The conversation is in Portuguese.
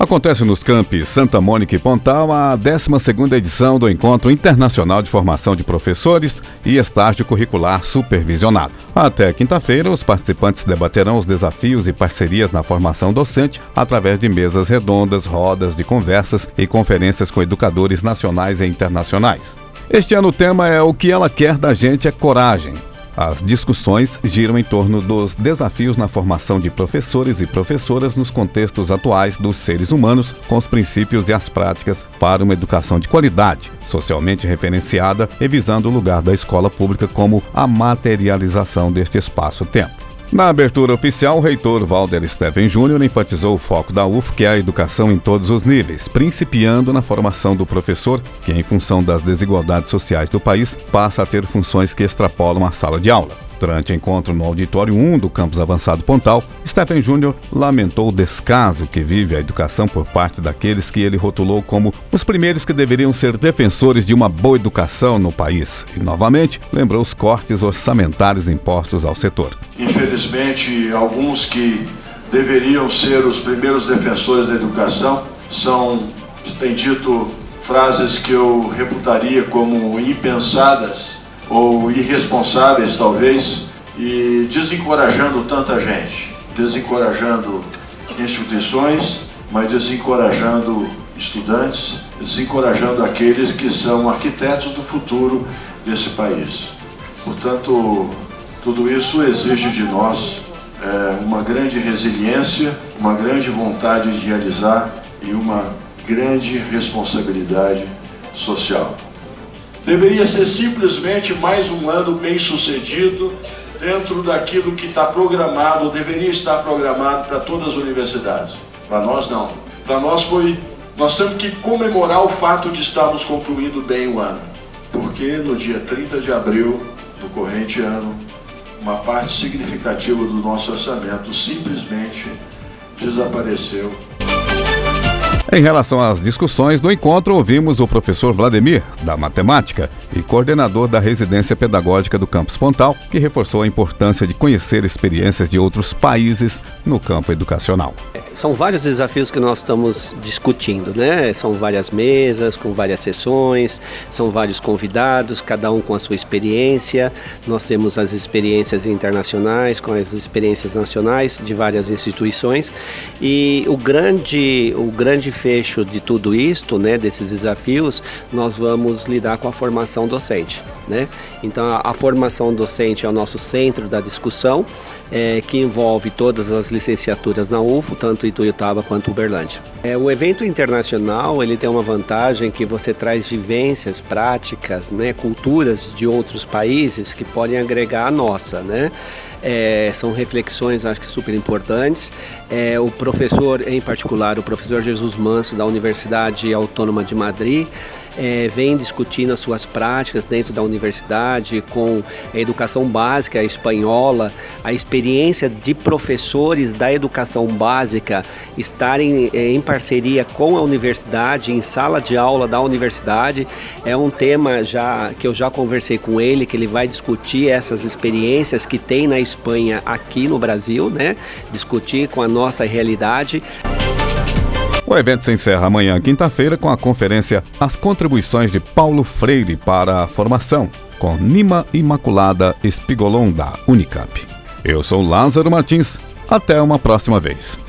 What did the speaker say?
Acontece nos campi Santa Mônica e Pontal a 12ª edição do Encontro Internacional de Formação de Professores e Estágio Curricular Supervisionado. Até quinta-feira, os participantes debaterão os desafios e parcerias na formação docente através de mesas redondas, rodas de conversas e conferências com educadores nacionais e internacionais. Este ano o tema é "O que ela quer da gente é coragem". As discussões giram em torno dos desafios na formação de professores e professoras nos contextos atuais dos seres humanos, com os princípios e as práticas para uma educação de qualidade, socialmente referenciada e visando o lugar da escola pública como a materialização deste espaço-tempo. Na abertura oficial, o reitor Walder Steffen Júnior enfatizou o foco da UF, que é a educação em todos os níveis, principiando na formação do professor, que, em função das desigualdades sociais do país, passa a ter funções que extrapolam a sala de aula. Durante o encontro no Auditório 1 do Campus Avançado Pontal, Steffen Júnior lamentou o descaso que vive a educação por parte daqueles que ele rotulou como os primeiros que deveriam ser defensores de uma boa educação no país e, novamente, lembrou os cortes orçamentários impostos ao setor. Infelizmente, alguns que deveriam ser os primeiros defensores da educação têm dito frases que eu reputaria como impensadas ou irresponsáveis, talvez, e desencorajando tanta gente, desencorajando instituições, mas desencorajando estudantes, desencorajando aqueles que são arquitetos do futuro desse país. Portanto, tudo isso exige de nós uma grande resiliência, uma grande vontade de realizar e uma grande responsabilidade social. Deveria ser simplesmente mais um ano bem-sucedido dentro daquilo que está programado, deveria estar programado para todas as universidades. Para nós não. Para nós nós temos que comemorar o fato de estarmos concluindo bem o ano. Porque no dia 30 de abril do corrente ano, uma parte significativa do nosso orçamento simplesmente desapareceu. Em relação às discussões do encontro, ouvimos o professor Vladimir, da matemática, e coordenador da residência pedagógica do Campus Pontal, que reforçou a importância de conhecer experiências de outros países no campo educacional. São vários desafios que nós estamos discutindo, né? São várias mesas, com várias sessões, são vários convidados, cada um com a sua experiência. Nós temos as experiências internacionais, com as experiências nacionais de várias instituições. E o grande fecho de tudo isto, né, desses desafios, nós vamos lidar com a formação docente, né? Então a formação docente é o nosso centro da discussão, que envolve todas as licenciaturas na UFO, tanto Ituiutaba quanto Uberlândia. O evento internacional, ele tem uma vantagem que você traz vivências, práticas, né, culturas de outros países que podem agregar a nossa, né? São reflexões, acho que super importantes. O professor, em particular, o professor Jesus Manso, da Universidade Autônoma de Madrid, vem discutindo as suas práticas dentro da universidade, com a educação básica espanhola, a experiência de professores da educação básica estarem em parceria com a universidade, em sala de aula da universidade. É um tema que eu já conversei com ele, que ele vai discutir essas experiências que tem na Espanha aqui no Brasil, né? Discutir com a nossa realidade. O evento se encerra amanhã, quinta-feira, com a conferência As Contribuições de Paulo Freire para a Formação, com Nima Imaculada Espigolon, da Unicamp. Eu sou Lázaro Martins. Até uma próxima vez.